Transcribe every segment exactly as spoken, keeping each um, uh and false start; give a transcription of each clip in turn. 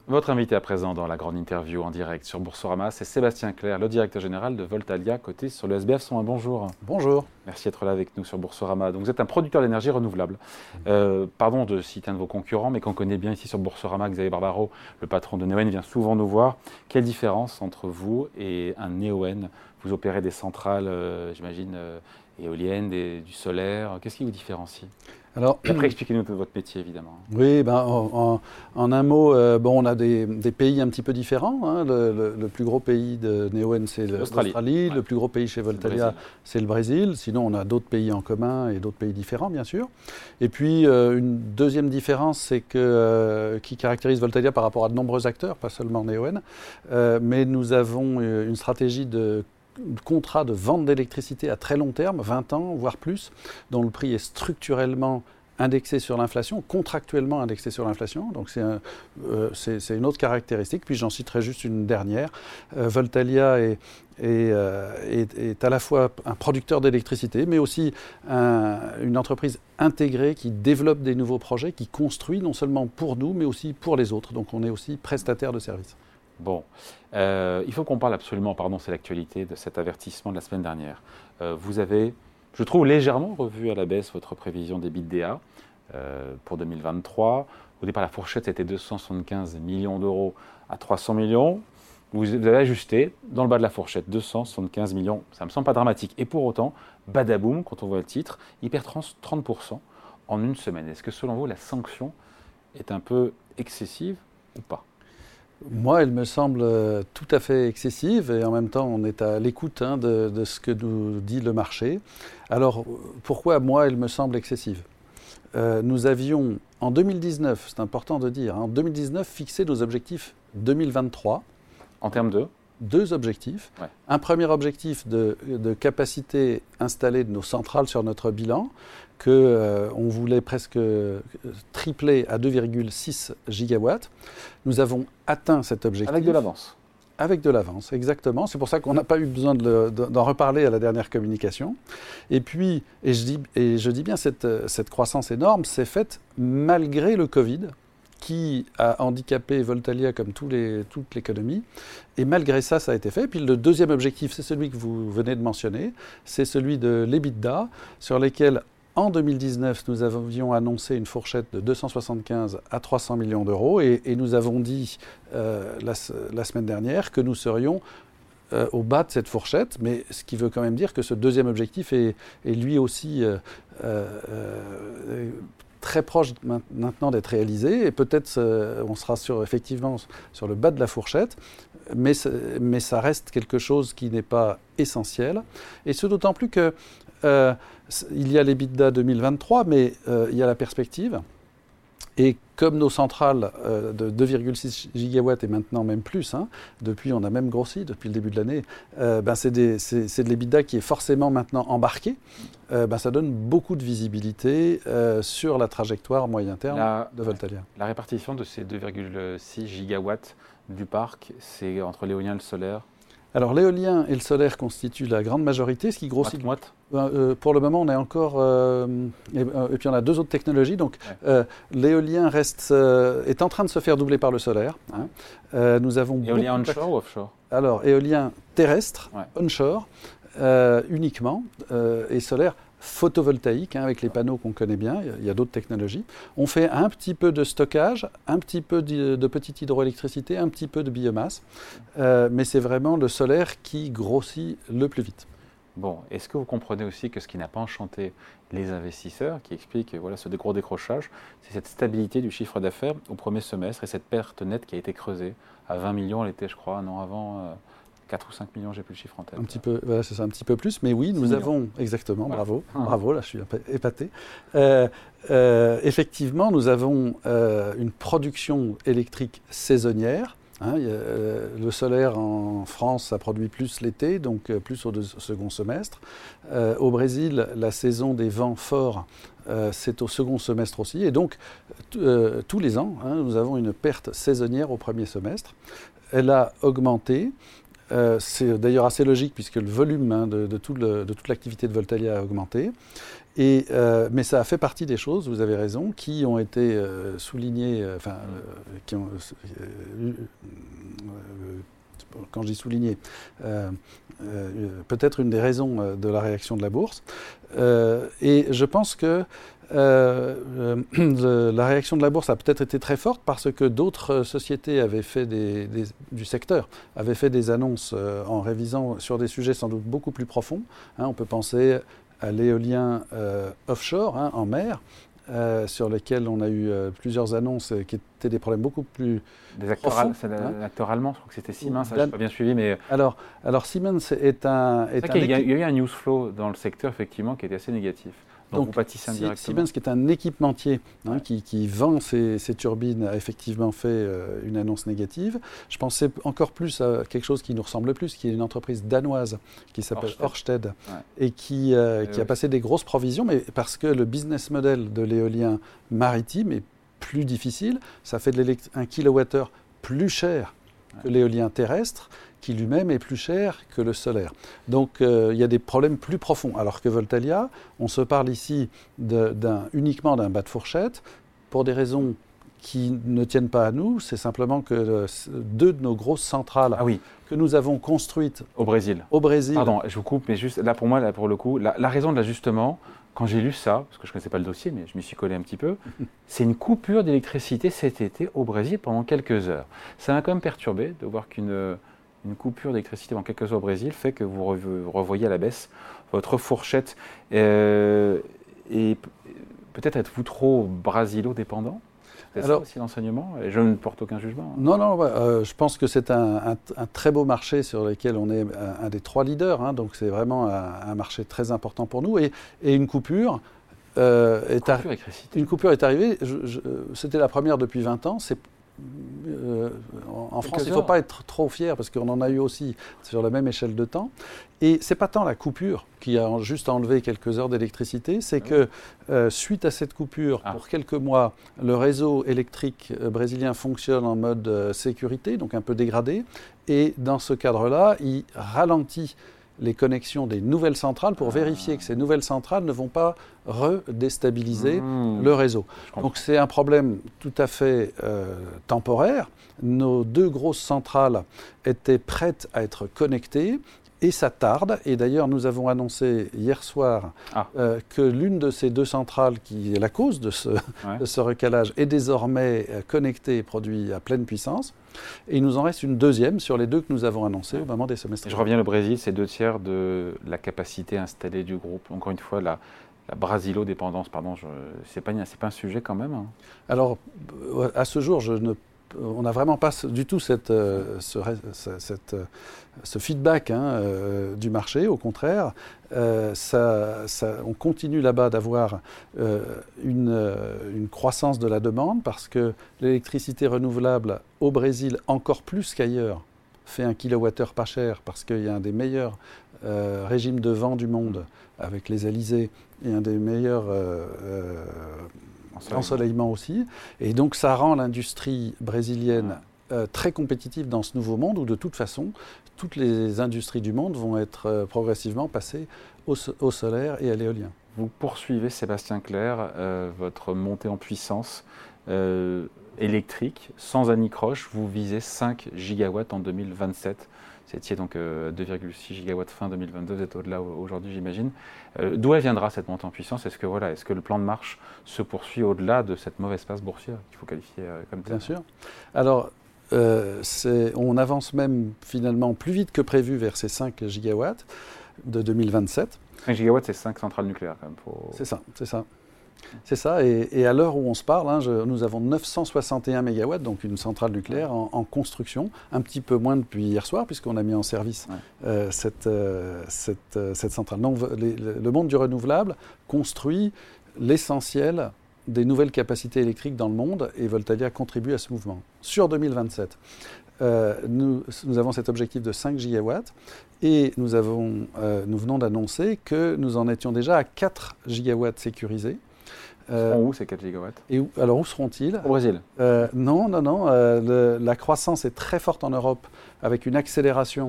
Votre invité à présent dans la grande interview en direct sur Boursorama, c'est Sébastien Clerc, le directeur général de Voltalia, coté sur le S B F cent un. Bonjour. Bonjour. Merci d'être là avec nous sur Boursorama. Donc vous êtes un producteur d'énergie renouvelable. Euh, pardon de citer un de vos concurrents, mais qu'on connaît bien ici sur Boursorama, Xavier Barbaro, le patron de Neoen, vient souvent nous voir. Quelle différence entre vous et un Neoen? Vous opérez des centrales, euh, j'imagine, euh, éoliennes, des, du solaire. Qu'est-ce qui vous différencie? Alors, et après, expliquez-nous votre métier, évidemment. Oui, ben, en, en, en un mot, euh, bon, on a des, des pays un petit peu différents. Hein. Le, le, le plus gros pays de Neoen, c'est l'Australie. Ouais. Le plus gros pays chez Voltalia, c'est le Brésil. Sinon, on a d'autres pays en commun et d'autres pays différents, bien sûr. Et puis, euh, une deuxième différence, c'est que, euh, qui caractérise Voltalia par rapport à de nombreux acteurs, pas seulement Neoen, euh, mais nous avons une stratégie de contrat de vente d'électricité à très long terme, vingt ans, voire plus, dont le prix est structurellement indexé sur l'inflation, contractuellement indexé sur l'inflation. Donc c'est, un, euh, c'est, c'est une autre caractéristique. Puis j'en citerai juste une dernière. Euh, Voltalia est, est, euh, est, est à la fois un producteur d'électricité, mais aussi un, une entreprise intégrée qui développe des nouveaux projets, qui construit non seulement pour nous, mais aussi pour les autres. Donc on est aussi prestataire de services. Bon, euh, il faut qu'on parle absolument, pardon, c'est l'actualité, de cet avertissement de la semaine dernière. Euh, vous avez, je trouve, légèrement revu à la baisse votre prévision d'EBITDA euh, pour deux mille vingt-trois. Au départ, la fourchette, c'était deux cent soixante-quinze millions d'euros à trois cents millions. Vous avez ajusté dans le bas de la fourchette, deux cent soixante-quinze millions. Ça ne me semble pas dramatique. Et pour autant, badaboum, quand on voit le titre, il perd trente pour cent en une semaine. Est-ce que selon vous, la sanction est un peu excessive ou pas ? Moi, elle me semble tout à fait excessive et en même temps, on est à l'écoute hein, de, de ce que nous dit le marché. Alors, pourquoi moi, elle me semble excessive ? euh, Nous avions, en deux mille dix-neuf, c'est important de dire, hein, en deux mille dix-neuf, fixé nos objectifs deux mille vingt-trois. En termes de ? Deux objectifs. Ouais. Un premier objectif de, de capacité installée de nos centrales sur notre bilan, qu'on euh, voulait presque tripler à deux virgule six gigawatts. Nous avons atteint cet objectif. Avec de l'avance. Avec de l'avance, exactement. C'est pour ça qu'on n'a pas eu besoin de le, de, d'en reparler à la dernière communication. Et puis, et je dis, et je dis bien, cette, cette croissance énorme s'est faite malgré le Covid, qui a handicapé Voltalia comme tous les, toute l'économie. Et malgré ça, ça a été fait. Puis le deuxième objectif, c'est celui que vous venez de mentionner, c'est celui de l'EBITDA, sur lesquels, en deux mille dix-neuf, nous avions annoncé une fourchette de deux cent soixante-quinze à trois cents millions d'euros. Et, et nous avons dit euh, la, la semaine dernière que nous serions euh, au bas de cette fourchette. Mais ce qui veut quand même dire que ce deuxième objectif est, est lui aussi euh, euh, très proche maintenant d'être réalisé, et peut-être euh, on sera sur, effectivement sur le bas de la fourchette, mais, mais ça reste quelque chose qui n'est pas essentiel, et ce d'autant plus que euh, il y a l'EBITDA deux mille vingt-trois, mais euh, il y a la perspective, et comme nos centrales euh, de deux virgule six gigawatts et maintenant même plus, hein, depuis on a même grossi depuis le début de l'année, euh, ben c'est, des, c'est, c'est de l'EBITDA qui est forcément maintenant embarqué. Euh, ben ça donne beaucoup de visibilité euh, sur la trajectoire moyen terme la, de Voltalia. La répartition de ces deux virgule six gigawatts du parc, c'est entre l'éolien et le solaire? Alors l'éolien et le solaire constituent la grande majorité, ce qui grossit. Moite, euh, pour le moment, on est encore euh, et, et puis on a deux autres technologies. Donc ouais. euh, l'éolien reste euh, est en train de se faire doubler par le solaire. Hein. Euh, nous avons éolien onshore ou offshore? Alors éolien terrestre, ouais. onshore euh, uniquement euh, et solaire photovoltaïque, hein, avec les panneaux qu'on connaît bien, il y a d'autres technologies. On fait un petit peu de stockage, un petit peu de, de petite hydroélectricité, un petit peu de biomasse, euh, mais c'est vraiment le solaire qui grossit le plus vite. Bon, est-ce que vous comprenez aussi que ce qui n'a pas enchanté les investisseurs, qui explique voilà, ce gros décrochage, c'est cette stabilité du chiffre d'affaires au premier semestre et cette perte nette qui a été creusée à vingt millions, elle était, je crois, un an avant... Euh, quatre ou cinq millions, j'ai plus le chiffre en tête. Un petit peu, voilà, c'est ça, un petit peu plus, mais oui, nous avons, exactement, voilà. bravo, ah. bravo, là je suis épaté. Euh, euh, effectivement, nous avons euh, une production électrique saisonnière. Hein, y a, euh, le solaire en France, ça produit plus l'été, donc euh, plus au, deux, au second semestre. Euh, au Brésil, la saison des vents forts, euh, c'est au second semestre aussi. Et donc, t- euh, tous les ans, hein, nous avons une perte saisonnière au premier semestre. Elle a augmenté. Euh, c'est d'ailleurs assez logique puisque le volume hein, de, de, tout le, de toute l'activité de Voltalia a augmenté. Et, euh, mais ça a fait partie des choses, vous avez raison, qui ont été euh, soulignées, euh, enfin, euh, qui ont, euh, euh, quand je dis soulignées, euh, euh, peut-être une des raisons de la réaction de la bourse. Euh, et je pense que euh, euh, la réaction de la bourse a peut-être été très forte parce que d'autres sociétés avaient fait des, des, du secteur avaient fait des annonces euh, en révisant sur des sujets sans doute beaucoup plus profonds. Hein, on peut penser à l'éolien euh, offshore, hein, en mer, euh, sur lesquels on a eu euh, plusieurs annonces euh, qui étaient des problèmes beaucoup plus des acteurs, profonds. C'est hein. un acteur allemand, je crois que c'était Siemens, ça, je n'ai pas bien suivi. Mais... Alors, alors Siemens est un... Est c'est un qu'il y, a, il y a eu un news flow dans le secteur, effectivement, qui était assez négatif. Donc, Donc, vous pâtissez indirectement. Siemens, qui est un équipementier hein, ouais. qui, qui vend ses, ses turbines, a effectivement fait euh, une annonce négative. Je pensais encore plus à quelque chose qui nous ressemble plus, qui est une entreprise danoise qui s'appelle Ørsted, ouais. et qui, euh, et qui oui. a passé des grosses provisions, mais parce que le business model de l'éolien maritime est plus difficile. Ça fait de un kilowattheure plus cher ouais. que l'éolien terrestre, qui lui-même est plus cher que le solaire. Donc euh, il y a des problèmes plus profonds. Alors que Voltalia, on se parle ici de, d'un, uniquement d'un bas de fourchette, pour des raisons qui ne tiennent pas à nous, c'est simplement que euh, deux de nos grosses centrales ah oui. que nous avons construites au Brésil. Au Brésil. Pardon, je vous coupe, mais juste là pour moi, là, pour le coup, la, la raison de l'ajustement, quand j'ai lu ça, parce que je ne connaissais pas le dossier, mais je m'y suis collé un petit peu, c'est une coupure d'électricité cet été au Brésil pendant quelques heures. Ça m'a quand même perturbé de voir qu'une une coupure d'électricité dans quelques heures au Brésil fait que vous revoyez à la baisse votre fourchette. Euh, et peut-être êtes-vous trop brasilo-dépendant ? C'est Alors, ça aussi l'enseignement ? Et je ne porte aucun jugement. Non, non, euh, je pense que c'est un, un, un très beau marché sur lequel on est un, un des trois leaders. Hein, donc c'est vraiment un, un marché très important pour nous. Et, et une coupure... Euh, est coupure arri- une coupure est arrivée. Je, je, c'était la première depuis vingt ans. C'est Euh, en France, il ne faut pas être trop fier parce qu'on en a eu aussi sur la même échelle de temps. Et ce n'est pas tant la coupure qui a juste enlevé quelques heures d'électricité, c'est ah que euh, suite à cette coupure, ah. pour quelques mois, le réseau électrique brésilien fonctionne en mode euh, sécurité, donc un peu dégradé. Et dans ce cadre-là, il ralentit les connexions des nouvelles centrales pour ah. vérifier que ces nouvelles centrales ne vont pas redéstabiliser mmh. le réseau. Donc c'est un problème tout à fait euh, temporaire. Nos deux grosses centrales étaient prêtes à être connectées et ça tarde. Et d'ailleurs, nous avons annoncé hier soir ah. euh, que l'une de ces deux centrales, qui est la cause de ce, ouais. de ce recalage, est désormais euh, connectée et produit à pleine puissance. Et il nous en reste une deuxième sur les deux que nous avons annoncées ouais. au moment des semestres. Et je reviens au Brésil, c'est deux tiers de la capacité installée du groupe. Encore une fois, la, la brasilo-dépendance, pardon, je, c'est pas, c'est pas un sujet quand même hein. Alors, à ce jour, je ne on n'a vraiment pas du tout cette, euh, ce, cette, euh, ce feedback hein, euh, du marché. Au contraire, euh, ça, ça, on continue là-bas d'avoir euh, une, euh, une croissance de la demande parce que l'électricité renouvelable au Brésil, encore plus qu'ailleurs, fait un kilowattheure pas cher parce qu'il y a un des meilleurs euh, régimes de vent du monde avec les alizés et un des meilleurs... Euh, euh, Ensoleillement. Ensoleillement aussi. Et donc, ça rend l'industrie brésilienne euh, très compétitive dans ce nouveau monde où, de toute façon, toutes les industries du monde vont être euh, progressivement passées au, au solaire et à l'éolien. Vous poursuivez, Sébastien Clerc, euh, votre montée en puissance euh, électrique, sans anicroche. Vous visez cinq gigawatts en deux mille vingt-sept. Vous étiez donc euh, deux virgule six gigawatts fin deux mille vingt-deux, vous êtes au-delà aujourd'hui, j'imagine. Euh, d'où elle viendra cette montée en puissance ? Est-ce que, voilà, est-ce que le plan de marche se poursuit au-delà de cette mauvaise passe boursière qu'il faut qualifier euh, comme tel ? Bien sûr. Alors, euh, c'est, on avance même finalement plus vite que prévu vers ces cinq gigawatts de deux mille vingt-sept. cinq gigawatts, c'est cinq centrales nucléaires quand même. Faut... C'est ça, c'est ça. C'est ça, et, et à l'heure où on se parle, hein, je, nous avons neuf cent soixante et un mégawatts, donc une centrale nucléaire en, en construction, un petit peu moins depuis hier soir, puisqu'on a mis en service ouais. euh, cette, euh, cette, euh, cette centrale. Donc les, le monde du renouvelable construit l'essentiel des nouvelles capacités électriques dans le monde, et Voltalia contribue à ce mouvement. Sur deux mille vingt-sept, euh, nous, nous avons cet objectif de cinq gigawatts, et nous, avons, euh, nous venons d'annoncer que nous en étions déjà à quatre gigawatts sécurisés. Euh, où ces quatre gigawatts ? Et où, alors où seront-ils ? Au Brésil ? euh, Non, non, non. Euh, le, la croissance est très forte en Europe avec une accélération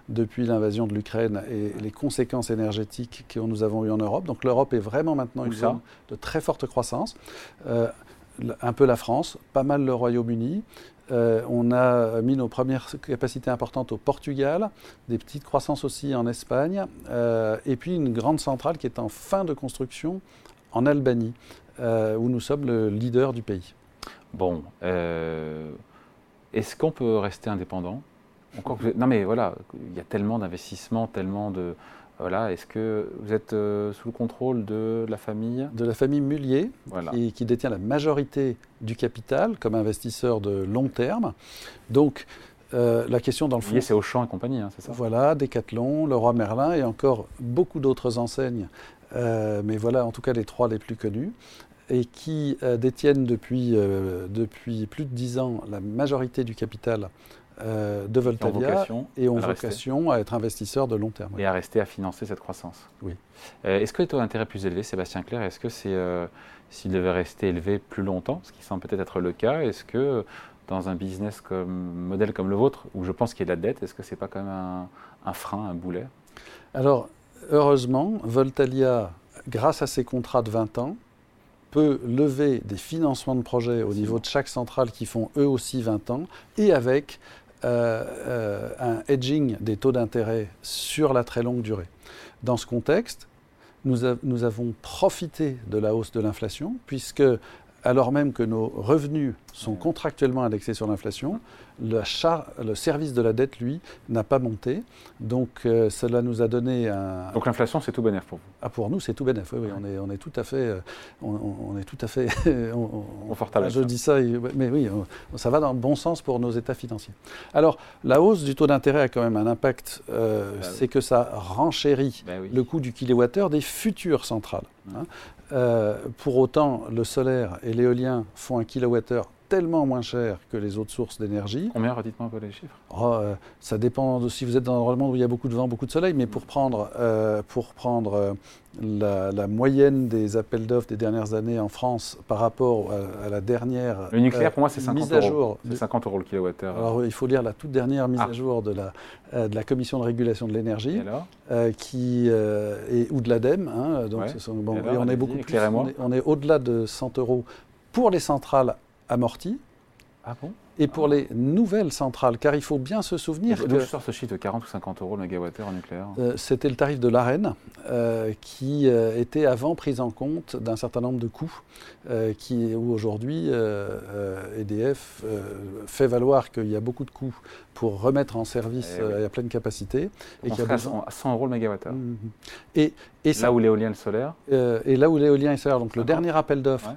depuis l'invasion de l'Ukraine et les conséquences énergétiques que nous avons eues en Europe. Donc l'Europe est vraiment maintenant une zone de très forte croissance. Euh, un peu la France, pas mal le Royaume-Uni. Euh, on a mis nos premières capacités importantes au Portugal, des petites croissances aussi en Espagne, euh, et puis une grande centrale qui est en fin de construction en Albanie, euh, où nous sommes le leader du pays. Bon, euh, est-ce qu'on peut rester indépendant? Encore que vous êtes... Non mais voilà, il y a tellement d'investissements, tellement de... Voilà, est-ce que vous êtes euh, sous le contrôle de la famille? De la famille Mullier, voilà. qui, qui détient la majorité du capital comme investisseur de long terme. Donc, euh, la question dans le fond... Mullier, c'est Auchan et compagnie, hein, c'est ça? Voilà, Decathlon, Leroy Merlin et encore beaucoup d'autres enseignes. Euh, mais voilà, en tout cas, les trois les plus connus. Et qui euh, détiennent depuis, euh, depuis plus de dix ans la majorité du capital Euh, de Voltalia et ont vocation à être investisseurs de long terme. Et à rester à financer cette croissance. Oui. Euh, est-ce que les taux d'intérêt plus élevés, Sébastien Clerc, est-ce que c'est, euh, s'ils devaient rester élevés plus longtemps, ce qui semble peut-être être le cas, est-ce que dans un business comme modèle comme le vôtre, où je pense qu'il y a de la dette, est-ce que c'est pas quand même un, un frein, un boulet? Alors, heureusement, Voltalia, grâce à ses contrats de vingt ans, peut lever des financements de projets au niveau de chaque centrale qui font eux aussi vingt ans, et avec Euh, euh, un hedging des taux d'intérêt sur la très longue durée. Dans ce contexte, nous, a, nous avons profité de la hausse de l'inflation, puisque, alors même que nos revenus sont contractuellement indexés sur l'inflation, le, le service de la dette, lui, n'a pas monté. Donc, euh, cela nous a donné un... Donc, l'inflation, c'est tout bénef pour vous? Ah, pour nous, c'est tout bénef. Oui, oui, on est, on est tout à fait... On, on est tout à fait... on, Confortable. Je dis ça, mais oui, on, ça va dans le bon sens pour nos états financiers. Alors, la hausse du taux d'intérêt a quand même un impact. Euh, bah c'est oui. que ça renchérit bah oui. le coût du kilowattheure des futures centrales. Mmh. Hein. Euh, pour autant, le solaire et l'éolien font un kilowattheure tellement moins cher que les autres sources d'énergie. Combien, redites-moi un peu les chiffres? Oh, euh, ça dépend de si vous êtes dans un environnement où il y a beaucoup de vent, beaucoup de soleil, mais pour prendre, euh, pour prendre euh, la, la moyenne des appels d'offres des dernières années en France par rapport à, à la dernière le nucléaire, euh, pour moi, c'est cinquante mise à jour. C'est cinquante euros le kilowattheure. Alors, il faut lire la toute dernière mise ah. à jour de la, euh, de la Commission de régulation de l'énergie, euh, qui euh, est, ou de l'ADEME. Hein, donc ouais. ce sont, bon, et, alors, et on est beaucoup plus, on est, on est au-delà de cent euros pour les centrales amorties. Ah bon? Et pour ah. les nouvelles centrales, car il faut bien se souvenir que... D'où sort ce chiffre de quarante ou cinquante euros le mégawattheure en nucléaire? euh, C'était le tarif de l'AREN, euh, qui euh, était avant pris en compte d'un certain nombre de coûts, euh, qui, où aujourd'hui euh, euh, E D F euh, fait valoir qu'il y a beaucoup de coûts pour remettre en service eh oui. euh, à pleine capacité. Et qu'il y a besoin... à cent euros le mégawattheure. Mmh. Et, et là ça, où l'éolien et le solaire euh, Et là où l'éolien et le solaire, donc le dernier appel d'offres, ouais.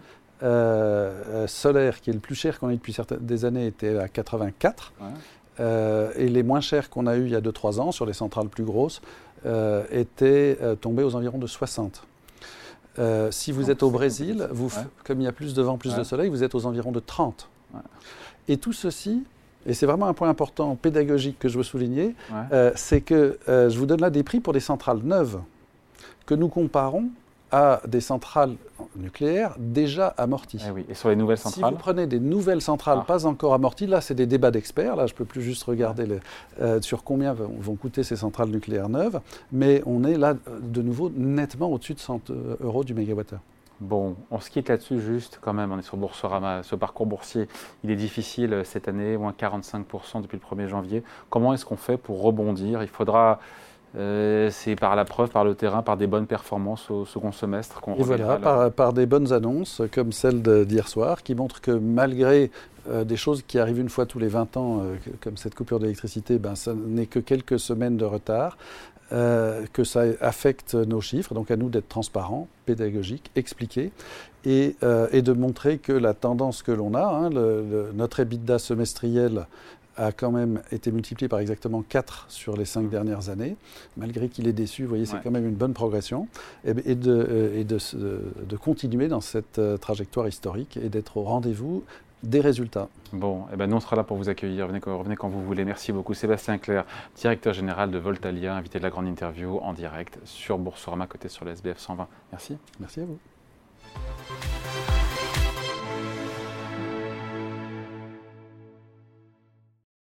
Euh, solaire, qui est le plus cher qu'on a eu depuis certaines, des années, était à quatre-vingt-quatre. Ouais. Euh, et les moins chers qu'on a eu il y a deux trois ans, sur les centrales plus grosses, euh, étaient euh, tombés aux environs de soixante. Euh, si vous Donc, êtes au Brésil, vous, ouais. comme il y a plus de vent, plus ouais. de soleil, vous êtes aux environs de trente. Ouais. Et tout ceci, et c'est vraiment un point important pédagogique que je veux souligner, ouais. euh, c'est que euh, je vous donne là des prix pour des centrales neuves que nous comparons à des centrales nucléaires déjà amorties. Eh oui. Et sur les nouvelles centrales? Si vous prenez des nouvelles centrales ah. pas encore amorties, là c'est des débats d'experts, là je ne peux plus juste regarder les, euh, sur combien vont, vont coûter ces centrales nucléaires neuves, mais on est là de nouveau nettement au-dessus de cent euros du mégawattheure. Bon, on se quitte là-dessus juste quand même, on est sur Boursorama, ce parcours boursier, il est difficile cette année, moins quarante-cinq pour cent depuis le premier janvier. Comment est-ce qu'on fait pour rebondir? Il faudra... Euh, c'est par la preuve, par le terrain, par des bonnes performances au second semestre qu'on reviendra. Et voilà, par, par des bonnes annonces comme celle d'hier soir, qui montrent que malgré euh, des choses qui arrivent une fois tous les vingt ans, euh, comme cette coupure d'électricité, ben, ça n'est que quelques semaines de retard, euh, que ça affecte nos chiffres. Donc à nous d'être transparents, pédagogiques, expliqués, et, euh, et de montrer que la tendance que l'on a, hein, le, le, notre EBITDA semestriel, a quand même été multiplié par exactement quatre sur les cinq dernières années, malgré qu'il est déçu, vous voyez, c'est ouais. quand même une bonne progression, et, et, de, euh, et de, de, de continuer dans cette euh, trajectoire historique et d'être au rendez-vous des résultats. Bon, eh ben nous on sera là pour vous accueillir, revenez, revenez quand vous voulez. Merci beaucoup Sébastien Clerc, directeur général de Voltalia, invité de la grande interview en direct sur Boursorama, côté sur le S B F cent vingt. Merci. Merci à vous.